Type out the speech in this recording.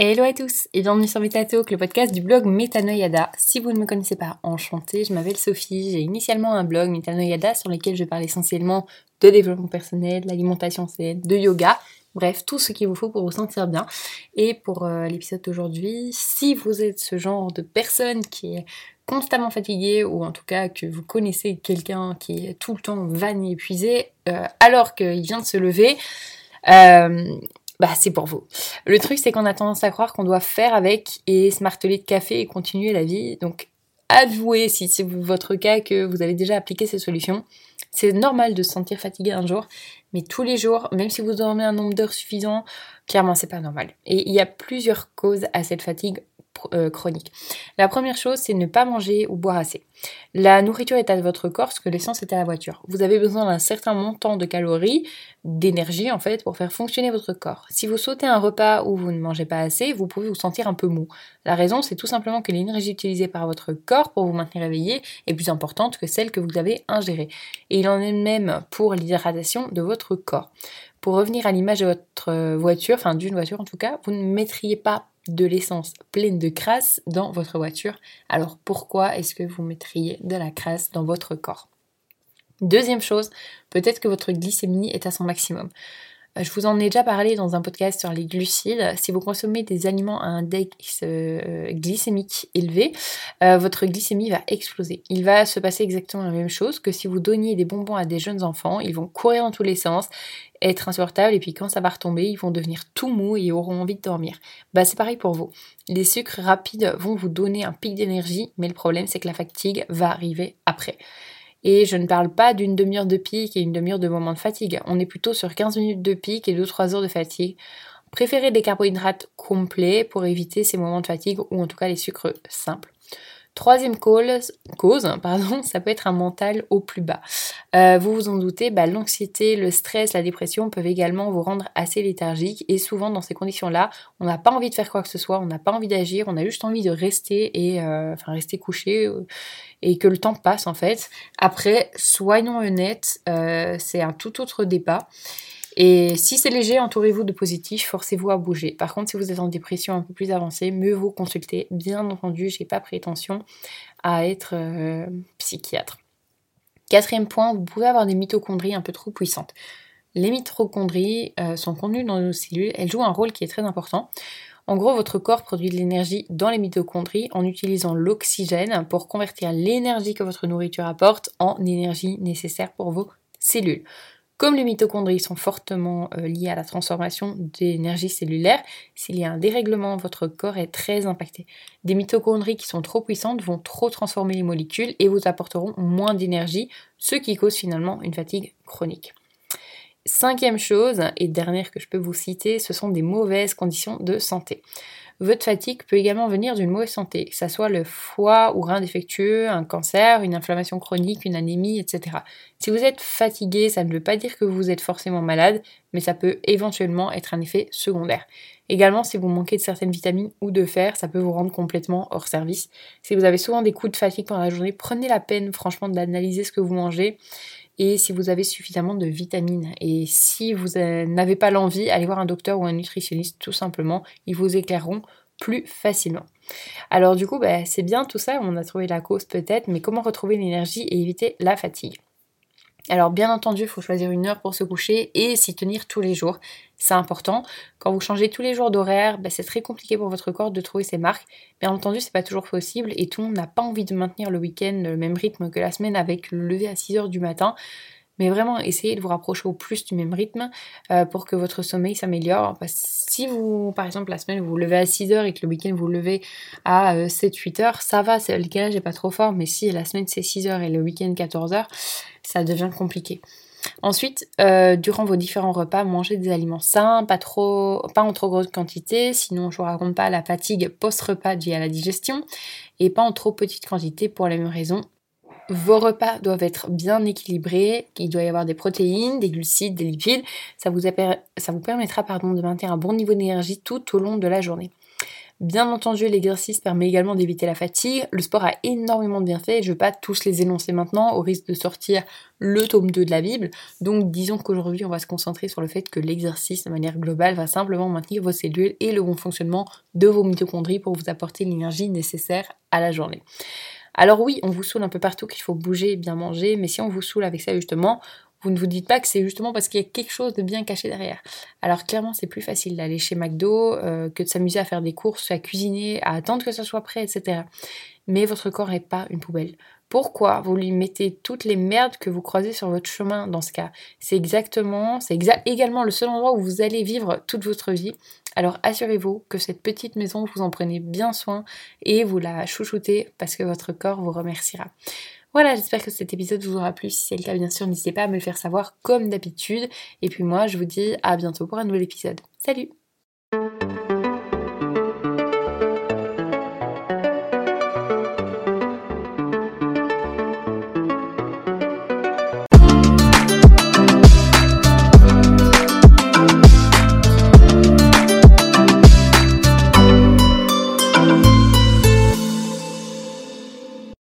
Hello à tous et bienvenue sur MetaTalk, le podcast du blog Metanoïada. Si vous ne me connaissez pas, enchantée, je m'appelle Sophie, j'ai initialement un blog Metanoïada sur lequel je parle essentiellement de développement personnel, d'alimentation saine, de yoga, bref, tout ce qu'il vous faut pour vous sentir bien. Et pour l'épisode d'aujourd'hui, si vous êtes ce genre de personne qui est constamment fatigué ou en tout cas que vous connaissez quelqu'un qui est tout le temps vanné, épuisé, alors qu'il vient de se lever, c'est pour vous. Le truc, c'est qu'on a tendance à croire qu'on doit faire avec et se marteler de café et continuer la vie. Donc, avouez, si c'est votre cas, que vous avez déjà appliqué ces solutions. C'est normal de se sentir fatigué un jour, mais tous les jours, même si vous dormez un nombre d'heures suffisant, clairement, c'est pas normal. Et il y a plusieurs causes à cette fatigue chronique. La première chose, c'est ne pas manger ou boire assez. La nourriture est à votre corps ce que l'essence est à la voiture. Vous avez besoin d'un certain montant de calories, d'énergie en fait, pour faire fonctionner votre corps. Si vous sautez un repas où vous ne mangez pas assez, vous pouvez vous sentir un peu mou. La raison, c'est tout simplement que l'énergie utilisée par votre corps pour vous maintenir éveillé est plus importante que celle que vous avez ingérée. Et il en est même pour l'hydratation de votre corps. Pour revenir à l'image de votre voiture, enfin d'une voiture en tout cas, vous ne mettriez pas de l'essence pleine de crasse dans votre voiture. Alors pourquoi est-ce que vous mettriez de la crasse dans votre corps ? Deuxième chose, peut-être que votre glycémie est à son maximum. Je vous en ai déjà parlé dans un podcast sur les glucides. Si vous consommez des aliments à un index glycémique élevé, votre glycémie va exploser. Il va se passer exactement la même chose que si vous donniez des bonbons à des jeunes enfants. Ils vont courir dans tous les sens, être insupportables, et puis quand ça va retomber, ils vont devenir tout mous et auront envie de dormir. C'est pareil pour vous. Les sucres rapides vont vous donner un pic d'énergie, mais le problème c'est que la fatigue va arriver après. Et je ne parle pas d'une demi-heure de pic et une demi-heure de moment de fatigue. On est plutôt sur 15 minutes de pic et 2-3 heures de fatigue. Préférez des carbohydrates complets pour éviter ces moments de fatigue ou en tout cas les sucres simples. Troisième cause, ça peut être un mental au plus bas. Vous vous en doutez, l'anxiété, le stress, la dépression peuvent également vous rendre assez léthargique et souvent dans ces conditions-là, on n'a pas envie de faire quoi que ce soit, on n'a pas envie d'agir, on a juste envie de rester et rester couché et que le temps passe en fait. Après, soyons honnêtes, c'est un tout autre débat. Et si c'est léger, entourez-vous de positifs, forcez-vous à bouger. Par contre, si vous êtes en dépression un peu plus avancée, mieux vaut consulter. Bien entendu, j'ai pas prétention à être psychiatre. Quatrième point, vous pouvez avoir des mitochondries un peu trop puissantes. Les mitochondries sont contenues dans nos cellules, elles jouent un rôle qui est très important. En gros, votre corps produit de l'énergie dans les mitochondries en utilisant l'oxygène pour convertir l'énergie que votre nourriture apporte en énergie nécessaire pour vos cellules. Comme les mitochondries sont fortement liées à la transformation d'énergie cellulaire, s'il y a un dérèglement, votre corps est très impacté. Des mitochondries qui sont trop puissantes vont trop transformer les molécules et vous apporteront moins d'énergie, ce qui cause finalement une fatigue chronique. Cinquième chose, et dernière que je peux vous citer, ce sont des mauvaises conditions de santé. Votre fatigue peut également venir d'une mauvaise santé, que ce soit le foie ou rein défectueux, un cancer, une inflammation chronique, une anémie, etc. Si vous êtes fatigué, ça ne veut pas dire que vous êtes forcément malade, mais ça peut éventuellement être un effet secondaire. Également, si vous manquez de certaines vitamines ou de fer, ça peut vous rendre complètement hors service. Si vous avez souvent des coups de fatigue pendant la journée, prenez la peine franchement d'analyser ce que vous mangez et si vous avez suffisamment de vitamines. Et si vous n'avez pas l'envie, allez voir un docteur ou un nutritionniste tout simplement, ils vous éclaireront plus facilement. Alors du coup, c'est bien tout ça, on a trouvé la cause peut-être, mais comment retrouver l'énergie et éviter la fatigue ? Alors bien entendu, il faut choisir une heure pour se coucher et s'y tenir tous les jours. C'est important. Quand vous changez tous les jours d'horaire, c'est très compliqué pour votre corps de trouver ses marques. Bien entendu, c'est pas toujours possible et tout le monde n'a pas envie de maintenir le week-end le même rythme que la semaine avec le lever à 6h du matin. Mais vraiment, essayez de vous rapprocher au plus du même rythme pour que votre sommeil s'améliore. Si vous, par exemple, la semaine, vous vous levez à 6h et que le week-end, vous vous levez à 7-8h, ça va, le décalage n'est pas trop fort. Mais si la semaine, c'est 6h et le week-end, 14h, ça devient compliqué. Ensuite, durant vos différents repas, mangez des aliments sains, pas en trop grosse quantité, sinon je vous raconte pas la fatigue post-repas due à la digestion, et pas en trop petite quantité pour la même raison. Vos repas doivent être bien équilibrés, il doit y avoir des protéines, des glucides, des lipides, ça vous permettra de maintenir un bon niveau d'énergie tout au long de la journée. Bien entendu, l'exercice permet également d'éviter la fatigue. Le sport a énormément de bienfaits, je ne vais pas tous les énoncer maintenant, au risque de sortir le tome 2 de la Bible. Donc disons qu'aujourd'hui, on va se concentrer sur le fait que l'exercice, de manière globale, va simplement maintenir vos cellules et le bon fonctionnement de vos mitochondries pour vous apporter l'énergie nécessaire à la journée. Alors oui, on vous saoule un peu partout qu'il faut bouger et bien manger, mais si on vous saoule avec ça justement, vous ne vous dites pas que c'est justement parce qu'il y a quelque chose de bien caché derrière. Alors clairement, c'est plus facile d'aller chez McDo que de s'amuser à faire des courses, à cuisiner, à attendre que ça soit prêt, etc. Mais votre corps n'est pas une poubelle. Pourquoi vous lui mettez toutes les merdes que vous croisez sur votre chemin dans ce cas? C'est également le seul endroit où vous allez vivre toute votre vie. Alors assurez-vous que cette petite maison, vous en prenez bien soin et vous la chouchoutez parce que votre corps vous remerciera. Voilà, j'espère que cet épisode vous aura plu. Si c'est le cas, bien sûr, n'hésitez pas à me le faire savoir comme d'habitude. Et puis moi, je vous dis à bientôt pour un nouvel épisode. Salut!